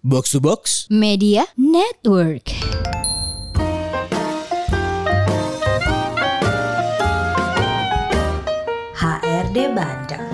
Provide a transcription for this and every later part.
Box to Box Media Network. HRD Bandung.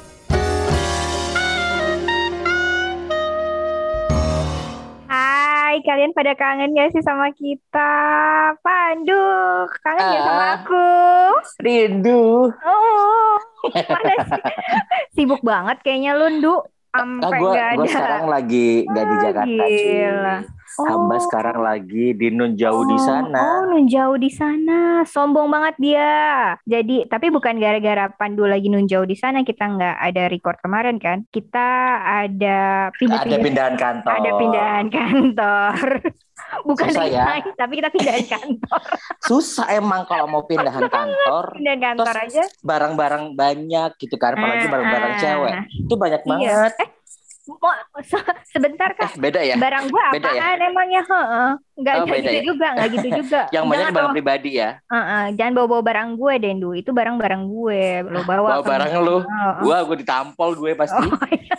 Hai, kalian pada kangen gak sih sama kita? Pandu, kangen gak sama aku? Rindu. Oh, mana sih? Sibuk banget kayaknya lu, Ndu. Sampai gak Gue ada. sekarang lagi gak di Jakarta, Gila. cuy. Hamba sekarang lagi di Nun jauh di sana. Oh, nun jauh di sana. Sombong banget dia. Jadi, tapi bukan gara-gara Pandu lagi nun jauh di sana kita nggak ada record kemarin kan? Kita ada Ada pindahan kantor. Ada pindahan kantor. Bukan Susah ya. resign, tapi kita pindahan kantor. Susah emang kalau mau pindahan kantor. Pindahan kantor Terus aja. barang-barang banyak gitu kan, apalagi barang-barang cewek. Itu banyak banget. Iya. Sebentar Kak. Beda ya? Barang gua Beda apaan ya? emangnya? Nggak Oh, beda gitu ya? juga, nggak gitu juga. Yang banyak Jangan barang bawa- pribadi ya. Jangan bawa-bawa barang gue, Dendu. Itu barang-barang gue. Lo bawa Bawa ke- barang lu. Oh. Gue ditampol gue pasti. Oh, iya.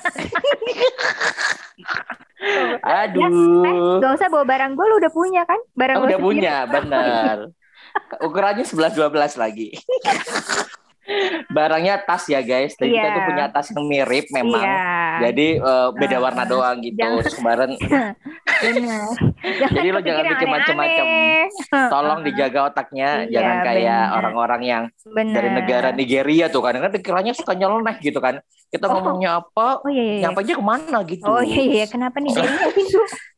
Aduh. Gak usah bawa barang gue, lo udah punya kan? Barang lo Udah sendiri. punya, benar. Ukurannya 11-12 lagi. Barangnya tas ya guys. Dan kita Iya. tuh punya tas yang mirip memang. Iya. Jadi beda warna doang gitu. Jangan. Terus kemarin Benar. Jadi lo kepikir jangan yang bikin macam-macam. aneh-aneh. tolong dijaga otaknya. Iya, Jangan kayak benar. orang-orang yang Benar. dari negara Nigeria tuh kan. Kan pikirannya suka nyeleneh gitu kan. Kita Oh. ngomongnya apa, Oh iya, iya. nyampainya kemana gitu. Oh iya, kenapa nih dari itu?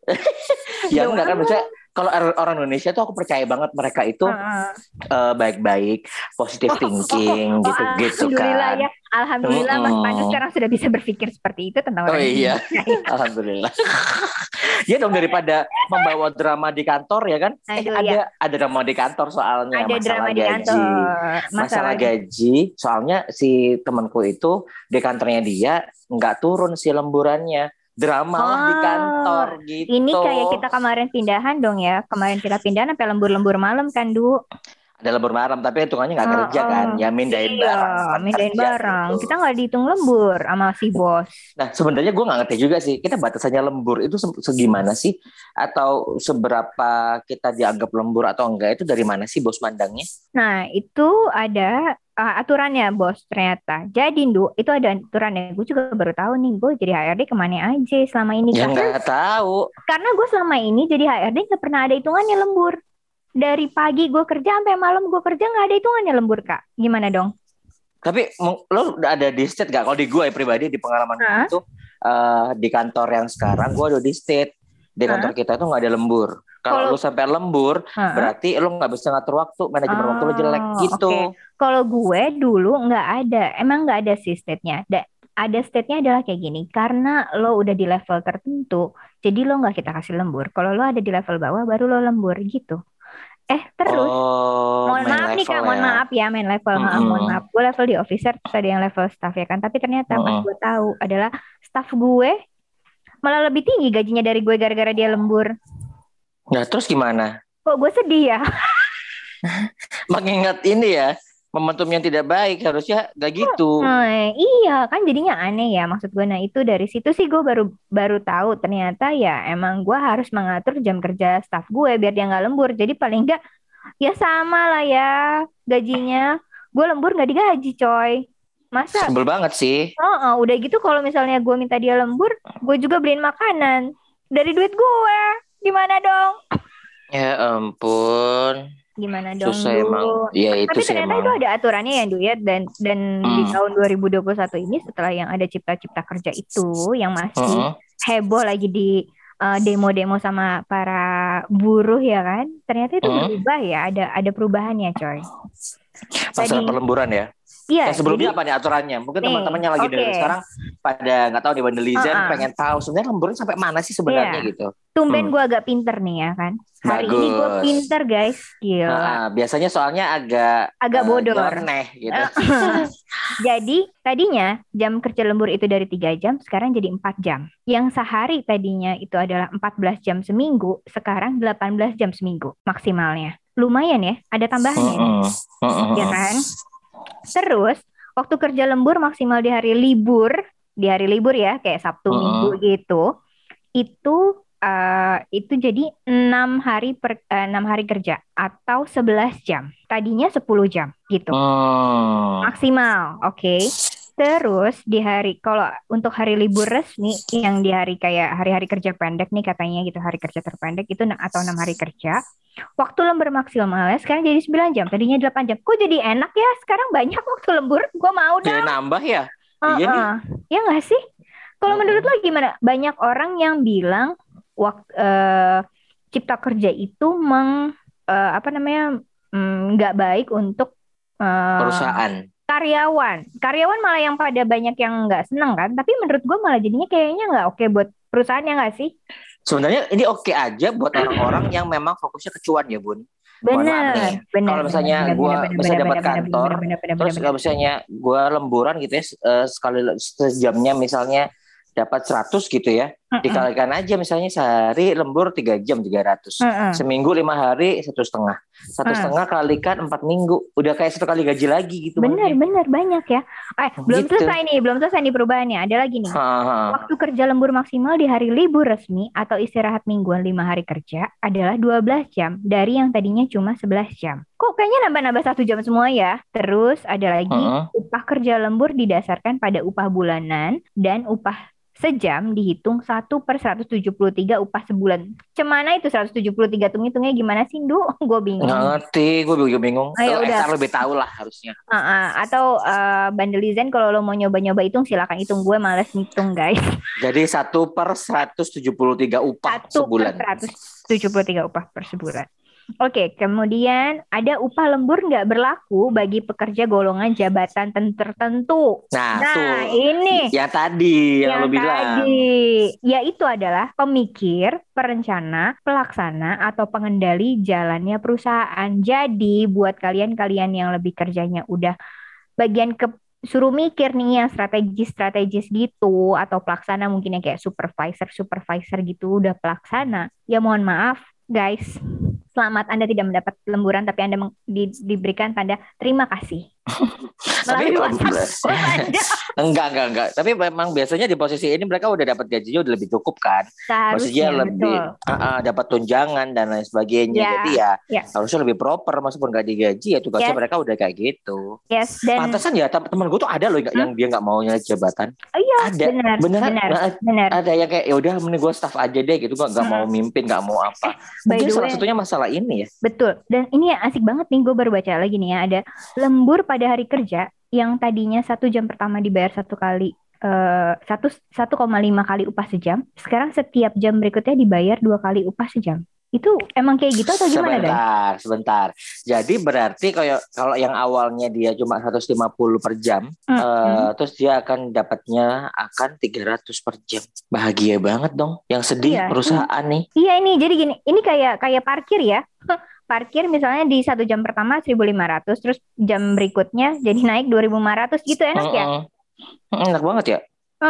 Ya enggak kan, maksudnya kalau orang Indonesia tuh aku percaya banget mereka itu baik-baik, positive thinking gitu-gitu Alhamdulillah kan. ya. Alhamdulillah Mas Pandu sekarang sudah bisa berpikir seperti itu tentang Oh orang iya, Indonesia. alhamdulillah. Ya dong, daripada membawa drama di kantor ya kan. Aduh, ada drama di kantor soalnya, Ada drama di kantor. Masalah gaji, soalnya si temanku itu di kantornya dia nggak turun si lemburannya. Drama lah di kantor gitu. Ini kayak kita kemarin pindahan dong ya. Kemarin kita pindahan sampai lembur-lembur malam kan, Du. Ada lembur malam, tapi hitungannya nggak kerja kan. Ya mindahin barang. Iya, mindahin kerja barang. gitu. Kita nggak dihitung lembur sama si bos. Nah sebenarnya gue nggak ngerti juga sih. Kita batasannya lembur itu segimana sih? Atau seberapa kita dianggap lembur atau enggak, itu dari mana sih bos mandangnya? Nah, itu ada aturannya, bos, ternyata. Jadi, Du, itu ada aturannya. Gue juga baru tahu nih, gue jadi HRD kemana aja selama ini. Ya nggak tahu. Karena gue selama ini jadi HRD nggak pernah ada hitungannya lembur. Dari pagi gue kerja sampai malam gue kerja nggak ada hitungannya lembur, Kak. Gimana dong? Tapi lo udah ada di state gak? Kalau di gue pribadi, di pengalaman gue itu di kantor yang sekarang gue udah di state. Di kantor kita tuh nggak ada lembur. Kalau lo sampai lembur, berarti lo nggak bisa ngatur waktu, manajemen waktu lo jelek gitu. Okay. Kalau gue dulu nggak ada, emang nggak ada sih state-nya. Ada state-nya adalah kayak gini, karena lo udah di level tertentu, jadi lo nggak kita kasih lembur. Kalau lo ada di level bawah, baru lo lembur gitu. Terus, mohon maaf nih Kak, mohon maaf ya, main level, mohon maaf. Gue level di officer, terus ada yang level staff ya kan. Tapi ternyata pas gue tahu adalah staff gue malah lebih tinggi gajinya dari gue gara-gara dia lembur. Nah terus gimana? Kok gue sedih ya? Mengingat ini ya, momentum yang tidak baik, harusnya gak gitu. Iya kan jadinya aneh ya, maksud gue. Nah itu dari situ sih gue baru tahu ternyata ya emang gue harus mengatur jam kerja staff gue biar dia nggak lembur. Jadi paling nggak ya sama lah ya gajinya. Gue lembur nggak digaji coy. Masa? Sebel banget sih. Udah gitu kalau misalnya gue minta dia lembur, gue juga beliin makanan dari duit gue. Gimana dong? Ya ampun. Gimana dong, susah Du? emang. Ya itu Tapi sih ternyata emang. itu ada aturannya ya, Du ya. Dan di tahun 2021 ini setelah yang ada cipta-cipta kerja itu yang masih heboh lagi di demo-demo sama para buruh ya kan. Ternyata itu berubah ya, ada perubahannya, coy. Masalah perlemburan ya. Iya. Yang sebelumnya apa nih aturannya? Mungkin teman-teman yang lagi dengar sekarang pada nggak tahu di Bandelizen pengen tahu sebenarnya lemburan sampai mana sih sebenarnya gitu. Tumben gue agak pinter nih ya kan. Hari ini gue pinter guys. Gila. Biasanya soalnya agak bodor. Nyeleneh gitu. Jadi tadinya jam kerja lembur itu dari 3 jam, sekarang jadi 4 jam. Yang sehari tadinya itu adalah 14 jam seminggu, sekarang 18 jam seminggu maksimalnya. Lumayan ya, ada tambahannya. Ya kan? Terus waktu kerja lembur maksimal di hari libur ya, kayak Sabtu Minggu gitu. itu jadi 6 hari kerja atau 11 jam. Tadinya 10 jam gitu. Maksimal, oke. Terus kalau untuk hari libur resmi yang di hari kayak hari-hari kerja pendek nih katanya gitu, hari kerja terpendek itu atau 6 hari kerja, waktu lembur maksimalnya sekarang jadi 9 jam, tadinya 8 jam. Kok jadi enak ya? Sekarang banyak waktu lembur, gue mau dong. Jadi nambah ya? Iya nih. Ya nggak sih? Kalau menurut lo gimana? Banyak orang yang bilang cipta kerja itu nggak baik untuk perusahaan. Karyawan malah yang pada banyak yang nggak seneng kan. Tapi menurut gue malah jadinya kayaknya nggak oke buat perusahaan, ya nggak sih? Sebenarnya ini oke aja buat orang-orang yang memang fokusnya ke cuan ya Bun. Benar. Kalau misalnya gue bisa dapat kantor, terus kalau misalnya gue lemburan gitu ya, sekali sejamnya misalnya dapat 100 gitu ya, dikalikan aja misalnya sehari lembur 3 jam 300, seminggu 5 hari 1,5, 1,5 kalikan 4 minggu, udah kayak 1 kali gaji lagi gitu. Benar banyak ya. Belum selesai nih perubahannya, ada lagi nih. Waktu kerja lembur maksimal di hari libur resmi atau istirahat mingguan 5 hari kerja adalah 12 jam dari yang tadinya cuma 11 jam. Kok kayaknya nambah 1 jam semua ya. Terus ada lagi upah kerja lembur didasarkan pada upah bulanan dan upah sejam dihitung 1/173 upah sebulan. Cemana itu 173 tuh ngitungnya gimana sih, Du? Gue bingung. Nggak ngerti, gue juga bingung. HR lebih tahu lah harusnya. Atau Bandelizen kalau lo mau nyoba-nyoba hitung silakan hitung, gue males ngitung guys. Jadi 1/173 upah sebulan. 1/173 upah per sebulan. Oke, kemudian ada upah lembur nggak berlaku bagi pekerja golongan jabatan tertentu. Nah ini yang tadi yang lo bilang. Yaitu adalah pemikir, perencana, pelaksana, atau pengendali jalannya perusahaan. Jadi buat kalian-kalian yang lebih kerjanya udah bagian suruh mikir nih yang strategis gitu, atau pelaksana mungkin yang kayak supervisor gitu udah pelaksana. Ya mohon maaf guys. Selamat, Anda tidak mendapat lemburan, tapi Anda diberikan tanda terima kasih. Tapi enggak. Tapi memang biasanya di posisi ini mereka udah dapat gajinya udah lebih cukup kan. Maksudnya lebih dapat tunjangan dan lain sebagainya. Jadi ya harusnya lebih proper, meskipun nggak digaji ya tugasnya mereka udah kayak gitu. Pantesan ya teman gue tuh ada loh yang dia nggak maunya jabatan. Ada. Benar. Ada yang kayak ya udah mending gue staff aja deh gitu, nggak mau mimpin, nggak mau apa. Mungkin salah satunya masalah ini ya. Betul. Dan ini asik banget nih, gue baru baca lagi nih ya, ada lembur pada hari kerja yang tadinya 1 jam pertama dibayar 1,5 kali upah sejam, sekarang setiap jam berikutnya dibayar 2 kali upah sejam. Itu emang kayak gitu atau gimana? Sebentar. Jadi berarti kalau yang awalnya dia cuma 150 per jam, terus dia akan dapatnya 300 per jam. Bahagia banget dong. Yang sedih perusahaan nih. Iya ini jadi gini, ini kayak parkir ya. Parkir misalnya di 1 jam pertama 1.500, terus jam berikutnya jadi naik 2.500 gitu, enak ya? Enak banget ya?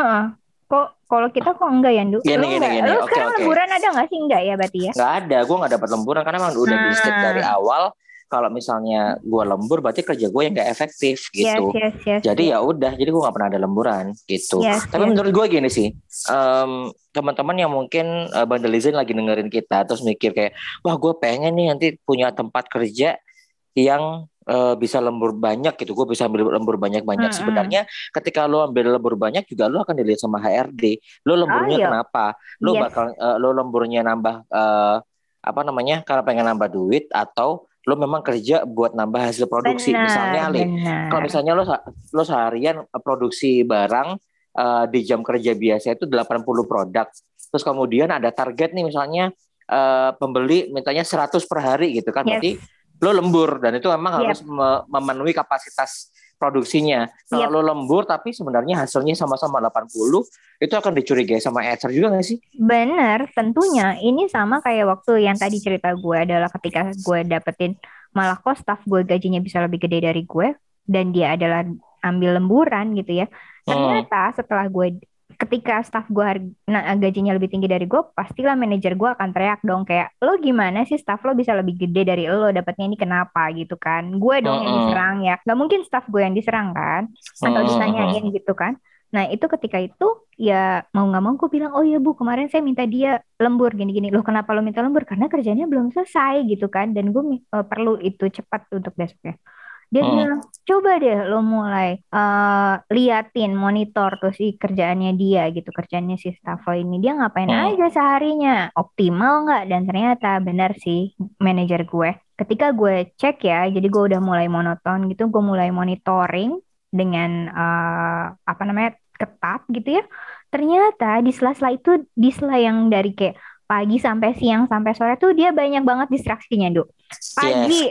Kalau kita kok enggak ya, Du? Gini. Lu sekarang lemburan ada nggak sih? Enggak ya berarti ya? Nggak ada, gue nggak dapat lemburan karena memang udah di state dari awal. Kalau misalnya gue lembur berarti kerja gue yang nggak efektif gitu. Jadi ya udah, jadi gue nggak pernah ada lemburan gitu. Tapi menurut gue gini sih, teman-teman yang mungkin Bandelizen lagi dengerin kita terus mikir kayak, wah gue pengen nih nanti punya tempat kerja yang bisa lembur banyak gitu, gue bisa ambil lembur banyak-banyak. Sebenarnya ketika lo ambil lembur banyak juga lo akan dilihat sama HRD. Lo lemburnya kenapa? Lo bakal lo lemburnya nambah karena pengen nambah duit, atau lo memang kerja buat nambah hasil produksi. Misalnya kalau misalnya lo seharian produksi barang di jam kerja biasa itu 80 produk, terus kemudian ada target nih misalnya pembeli mintanya 100 per hari gitu kan, berarti lo lembur, dan itu memang harus memenuhi kapasitas produksinya. Kalau lo lembur tapi sebenarnya hasilnya sama-sama 80, itu akan dicurigai sama HR juga gak sih? Bener, tentunya. Ini sama kayak waktu yang tadi cerita gue adalah ketika gue dapetin malah kok staff gue gajinya bisa lebih gede dari gue, dan dia adalah ambil lemburan gitu ya. Ternyata setelah ketika staff gue gajinya lebih tinggi dari gue, pastilah manajer gue akan teriak dong kayak, lo gimana sih staff lo bisa lebih gede dari lo, dapatnya ini kenapa gitu kan. Gue dong yang diserang ya, gak mungkin staff gue yang diserang kan, atau ditanyain gitu kan. Nah itu ketika itu ya mau nggak mau gue bilang, oh ya Bu kemarin saya minta dia lembur gini-gini. Loh kenapa lo minta lembur? Karena kerjanya belum selesai gitu kan. Dan gue perlu itu cepat untuk besoknya. Dia bilang, coba deh lo mulai liatin, monitor tuh si kerjaannya dia gitu. Kerjaannya si staff lo ini. Dia ngapain aja seharinya. Optimal nggak? Dan ternyata benar sih manajer gue. Ketika gue cek ya, jadi gue udah mulai monoton gitu. Gue mulai monitoring dengan apa namanya ketat gitu ya. Ternyata di sela-sela itu, di sela yang dari kayak pagi sampai siang sampai sore tuh dia banyak banget distraksinya, Duk. Pagi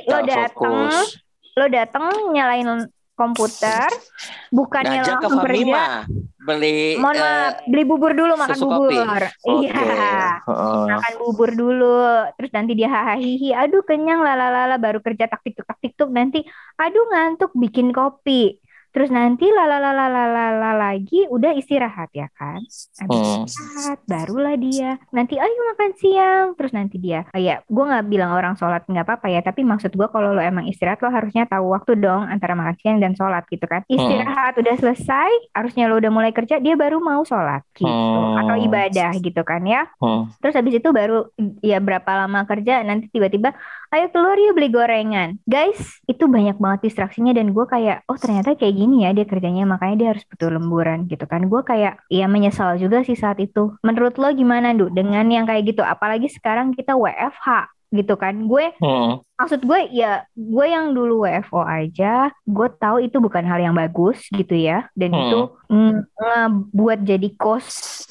lo datang nyalain komputer, bukannya ngajak ke langsung Famima kerja. beli Mohon maaf, beli bubur dulu, makan susu bubur. kopi. Iya, makan bubur dulu. Terus nanti dia hahaha, aduh kenyang lalalala, baru kerja tak tiktuk nanti, aduh ngantuk bikin kopi. Terus nanti lalalala lagi udah istirahat ya kan. Habis istirahat barulah dia nanti ayo makan siang. Terus nanti dia kayak gue nggak bilang orang sholat nggak apa-apa ya, tapi maksud gue kalau lo emang istirahat lo harusnya tahu waktu dong antara makan siang dan sholat gitu kan. Istirahat udah selesai, harusnya lo udah mulai kerja, dia baru mau sholat gitu atau ibadah gitu kan ya. Terus habis itu baru ya berapa lama kerja nanti tiba-tiba ayo keluar yuk beli gorengan. Guys, itu banyak banget distraksinya dan gue kayak, oh ternyata kayak gini ya dia kerjanya, makanya dia harus butuh lemburan gitu kan. Gue kayak, ya menyesal juga sih saat itu. Menurut lo gimana, Du, dengan yang kayak gitu? Apalagi sekarang kita WFH gitu kan. Maksud gue ya, gue yang dulu WFO aja, gue tahu itu bukan hal yang bagus gitu ya. Dan itu ngebuat jadi cost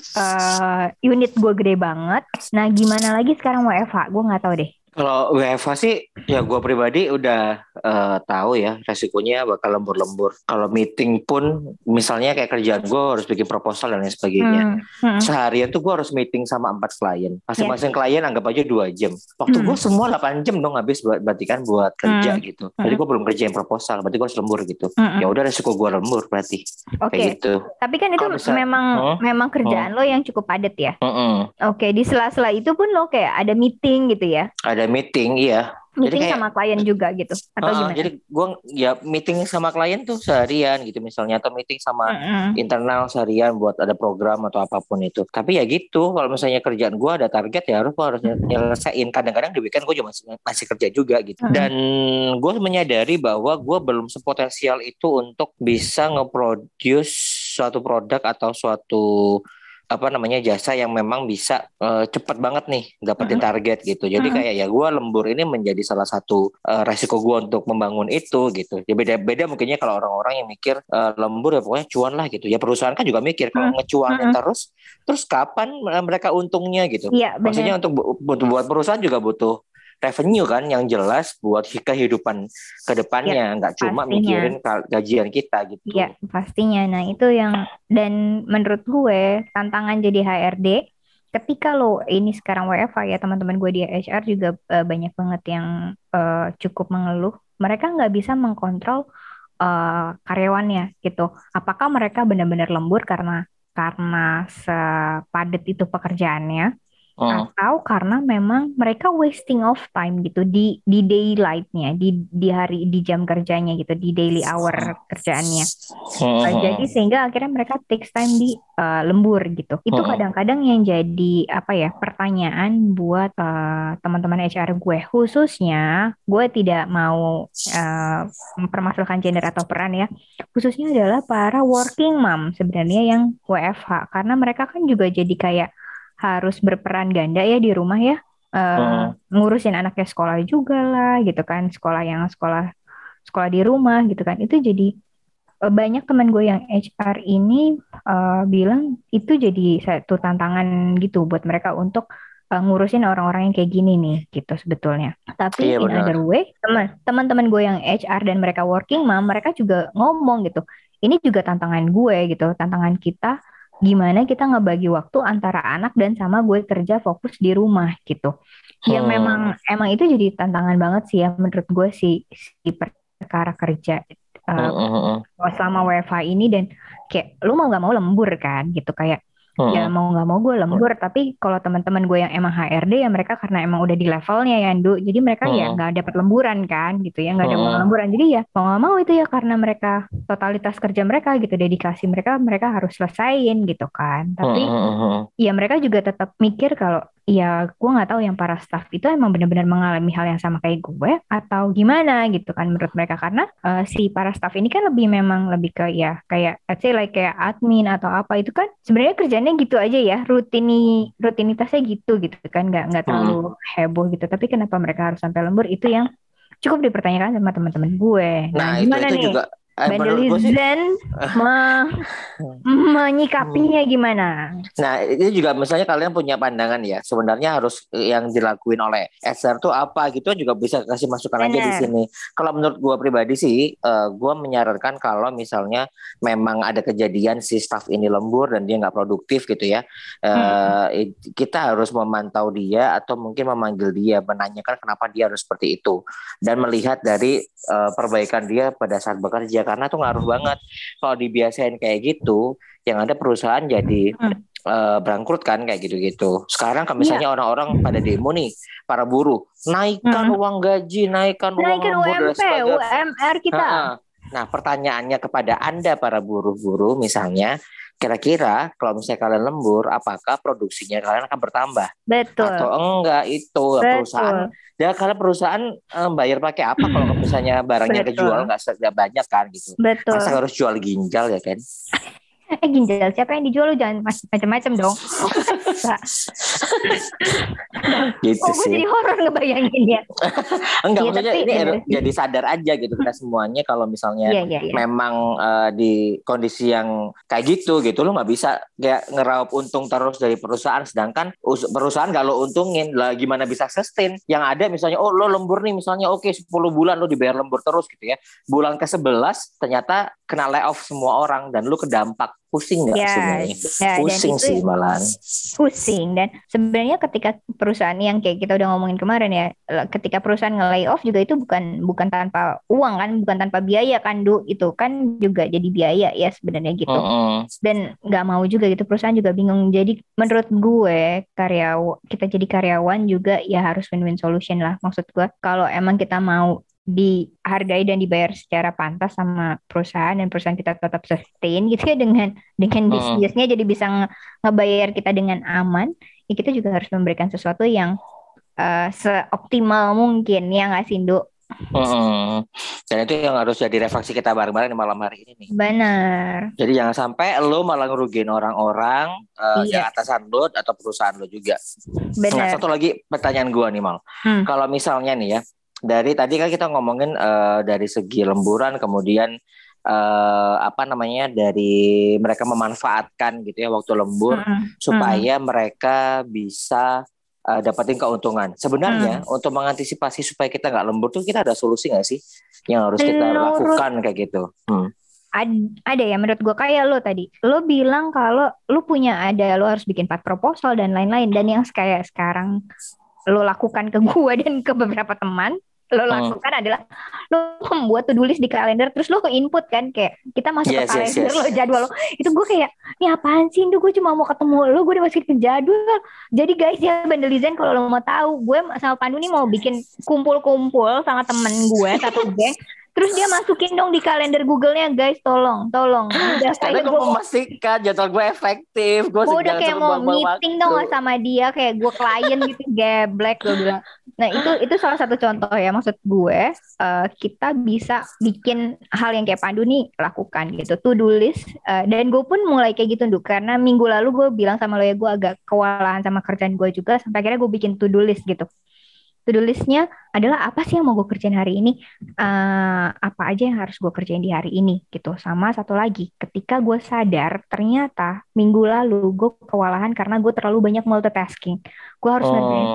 unit gue gede banget. Nah gimana lagi sekarang WFH? Gue nggak tahu deh. Kalau WFH sih ya gue pribadi udah tahu ya resikonya bakal lembur-lembur. Kalau meeting pun misalnya kayak kerjaan gue harus bikin proposal dan lain sebagainya. Seharian tuh gue harus meeting sama 4 klien. Masing-masing klien anggap aja 2 jam. Waktu gue semua 8 jam dong habis berarti kan buat kerja gitu. Jadi gue belum kerjain proposal, berarti gue harus lembur gitu. Ya udah resiko gue lembur berarti. Kayak gitu. Tapi kan itu memang kerjaan lo yang cukup padat ya. Oke, di sela-sela itu pun lo kayak ada meeting gitu ya. Ada meeting, iya. Meeting jadi sama klien juga gitu atau gimana? Jadi gue ya meeting sama klien tuh seharian gitu misalnya, atau meeting sama internal seharian buat ada program atau apapun itu. Tapi ya gitu, kalau misalnya kerjaan gue ada target ya harus nyelesain. Kadang-kadang di weekend gue juga masih kerja juga gitu. Dan gue menyadari bahwa gue belum sepotensial itu untuk bisa nge-produce suatu produk atau suatu jasa yang memang bisa cepat banget nih dapetin target gitu. Jadi kayak ya gue lembur ini menjadi salah satu resiko gue untuk membangun itu gitu. Ya beda mungkinnya kalau orang-orang yang mikir lembur ya pokoknya cuan lah gitu. Ya perusahaan kan juga mikir kalau ngecuanin terus kapan mereka untungnya gitu. Ya, maksudnya untuk buat perusahaan juga butuh revenue kan yang jelas buat kehidupan kedepannya, nggak cuma mikirin gajian kita gitu. Iya pastinya. Nah itu yang, dan menurut gue tantangan jadi HRD ketika lo ini sekarang WFH ya, teman-teman gue di HR juga banyak banget yang cukup mengeluh mereka nggak bisa mengkontrol karyawannya gitu. Apakah mereka benar-benar lembur karena sepadat itu pekerjaannya, atau karena memang mereka wasting of time gitu di daylight-nya, di hari, di jam kerjanya gitu, di daily hour kerjaannya. Jadi sehingga akhirnya mereka takes time di lembur gitu. Itu kadang-kadang yang jadi pertanyaan buat teman-teman HR gue, khususnya gue tidak mau mempermasalahkan gender atau peran ya, khususnya adalah para working mom sebenarnya yang WFH, karena mereka kan juga jadi kayak harus berperan ganda ya di rumah ya, ngurusin anaknya sekolah juga lah gitu kan, sekolah di rumah gitu kan. Itu jadi banyak teman gue yang HR ini bilang itu jadi satu tantangan gitu buat mereka untuk ngurusin orang-orang yang kayak gini nih gitu sebetulnya. Tapi in other way, teman-teman gue yang HR dan mereka working mom, mereka juga ngomong gitu, ini juga tantangan gue gitu, tantangan kita, gimana kita ngebagi waktu antara anak dan sama gue kerja fokus di rumah gitu. Ya emang itu jadi tantangan banget sih ya menurut gue si perkara kerja selama WFH ini. Dan kayak lu mau gak mau lembur kan gitu, kayak ya mau nggak mau gue lembur. Tapi kalau teman-teman gue yang emang HRD ya mereka karena emang udah di levelnya ya Ndu, jadi mereka ya nggak dapat lemburan kan gitu ya, nggak ada mau lemburan. Jadi ya mau nggak mau itu ya karena mereka totalitas kerja mereka gitu, dedikasi mereka harus selesaiin gitu kan. Tapi ya mereka juga tetap mikir kalau ya gue nggak tahu yang para staff itu emang benar-benar mengalami hal yang sama kayak gue atau gimana gitu kan menurut mereka, karena si para staff ini kan memang lebih ke ya kayak let's say like kayak admin atau apa itu kan sebenarnya kerjanya gitu aja ya, rutinitasnya gitu kan, nggak terlalu heboh gitu. Tapi kenapa mereka harus sampai lembur, itu yang cukup dipertanyakan sama teman-teman gue. Nah gimana itu nih juga Bandelizen menyikapinya gimana? Nah, itu juga misalnya kalian punya pandangan ya. Sebenarnya harus yang dilakuin oleh HR tuh apa gitu juga bisa kasih masukan aja di sini. Kalau menurut gue pribadi sih, gue menyarankan kalau misalnya memang ada kejadian si staff ini lembur dan dia nggak produktif gitu ya, kita harus memantau dia atau mungkin memanggil dia, menanyakan kenapa dia harus seperti itu dan melihat dari perbaikan dia pada saat bekerja, karena tuh ngaruh banget. Kalau dibiasain kayak gitu, yang ada perusahaan jadi bangkrut kan kayak gitu-gitu. Sekarang kan misalnya orang-orang pada demo nih, para buruh, naikkan uang gaji, naikkan uang lembur UMP, UMR kita. Nah, pertanyaannya kepada Anda para buruh-buruh misalnya, kira-kira kalau misalnya kalian lembur, apakah produksinya kalian akan bertambah? Betul. Atau enggak itu perusahaan? Ya kalian perusahaan bayar pakai apa kalau misalnya barangnya kejual nggak banyak kan gitu? Betul. Masa harus jual ginjal ya kan? Ginjal siapa yang dijual, lu jangan macam-macam dong. Gitu gue jadi horor ngebayanginnya. Enggak, ya, maksudnya ini jadi sadar aja gitu kita semuanya kalau misalnya memang di kondisi yang kayak gitu lu nggak bisa kayak ngeraup untung terus dari perusahaan, sedangkan perusahaan kalau untungin lah gimana bisa sustain. Yang ada misalnya lo lembur nih misalnya 10 bulan lo dibayar lembur terus gitu ya, bulan ke-11 ternyata kena layoff semua orang dan lo kedampak. Pusing nggak sebenarnya? Pusing sih malahan. Pusing. Dan sebenarnya ketika perusahaan yang kayak kita udah ngomongin kemarin ya, ketika perusahaan nge-lay off juga itu bukan tanpa uang kan, bukan tanpa biaya kan, itu kan juga jadi biaya ya sebenarnya gitu. Dan nggak mau juga gitu, perusahaan juga bingung. Jadi menurut gue kita jadi karyawan juga ya harus win-win solution lah. Maksud gue kalau emang kita mau dihargai dan dibayar secara pantas sama perusahaan dan perusahaan kita tetap sustain gitu ya dengan bisnisnya jadi bisa ngebayar kita dengan aman, ya kita juga harus memberikan sesuatu yang seoptimal mungkin ya nggak sih Ndu? Dan itu yang harus jadi refleksi kita bareng-bareng di malam hari ini nih. Benar. Jadi jangan sampai lo malah ngerugiin orang-orang yang atasan lo atau perusahaan lo juga. Benar. Nah, satu lagi pertanyaan gue nih Mal. Kalau misalnya nih ya, dari tadi kan kita ngomongin dari segi lemburan, kemudian dari mereka memanfaatkan gitu ya waktu lembur supaya mereka bisa dapetin keuntungan. Sebenarnya untuk mengantisipasi supaya kita nggak lembur tuh kita ada solusi nggak sih yang harus kita lakukan kayak gitu? Ada ya menurut gue, kayak lo tadi lo bilang kalau lo harus bikin 4 proposal dan lain-lain, dan yang kayak sekarang lo lakukan ke gue dan ke beberapa teman lo lakukan adalah lo membuat to-do list di kalender, terus lo input kan kayak kita masuk ke kalender lo, jadwal lo. Itu gue kayak ini apaan sih Ndu, gue cuma mau ketemu lo, gue dimasukin ke jadwal. Jadi guys ya Bandelizen, kalau lo mau tahu, gue sama Pandu nih mau bikin kumpul-kumpul sama temen gue satu geng. Terus dia masukin dong di kalender Google-nya, guys, tolong. Udah kayak gue memastikan jadwal gue efektif. Gue udah kayak mau meeting dong sama dia, kayak gue klien gitu, geblek gue bilang. Nah itu salah satu contoh ya, maksud gue kita bisa bikin hal yang kayak Pandu nih lakukan gitu, to-do list. Dan gue pun mulai kayak gitu Nduk, karena minggu lalu gue bilang sama lo ya, gue agak kewalahan sama kerjaan gue juga, sampai akhirnya gue bikin to-do list gitu. To-do listnya adalah apa sih yang mau gue kerjain hari ini, apa aja yang harus gue kerjain di hari ini gitu. Sama satu lagi, ketika gue sadar ternyata minggu lalu gue kewalahan karena gue terlalu banyak multitasking. Gue harus ngerjain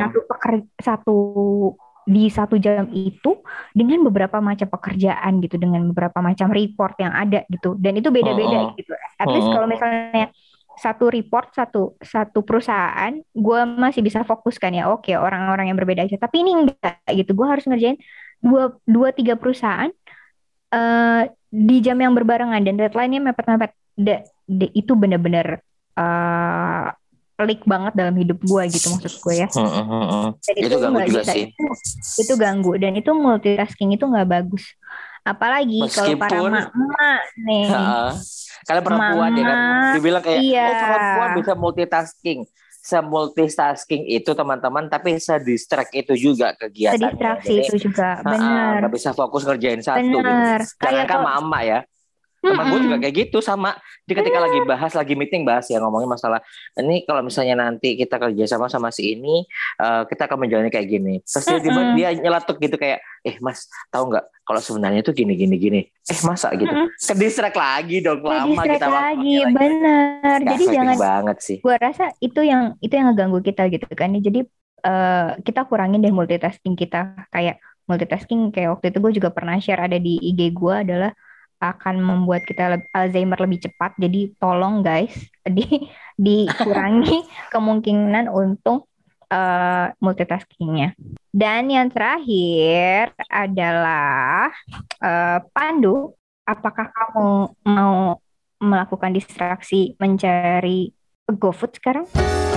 satu jam itu dengan beberapa macam pekerjaan gitu, dengan beberapa macam report yang ada gitu, dan itu beda-beda gitu. At least kalau misalnya satu report, satu perusahaan, gue masih bisa fokuskan ya, oke, orang-orang yang berbeda aja. Tapi ini enggak gitu, gue harus ngerjain 2-3 perusahaan di jam yang berbarengan dan deadline-nya mepet-mepet. Itu benar-benar uh, pelik banget dalam hidup gue gitu maksud gue ya. Dan itu ganggu juga bisa, sih. Itu ganggu dan itu multitasking itu nggak bagus. Apalagi kalau para emak-emak nih. Karena perempuan ya kan dibilang kayak perempuan bisa multitasking. Se-multitasking itu teman-teman, tapi se-distract itu juga kegiatannya. Se-distraksi itu juga, benar. Gak bisa fokus ngerjain satu. Benar. Gitu. Jangankan emak-emak ya. Teman gue juga kayak gitu sama. Dia ketika lagi meeting bahas ya ngomongin masalah ini kalau misalnya nanti kita kerja sama si ini kita akan menjalani kayak gini. Terus tiba-tiba dia nyeletuk gitu kayak Mas tahu nggak kalau sebenarnya itu gini masa gitu. Ke-distract lagi dong lama kita lagi. Bener. Jadi jangan banget sih. Gue rasa itu yang ngeganggu kita gitu kan. Jadi kita kurangin deh multitasking kita. Kayak multitasking kayak waktu itu gue juga pernah share ada di IG gue adalah akan membuat kita Alzheimer lebih cepat. Jadi tolong guys dikurangi kemungkinan untuk multitaskingnya. Dan yang terakhir adalah Pandu, apakah kamu mau melakukan distraksi mencari GoFood sekarang?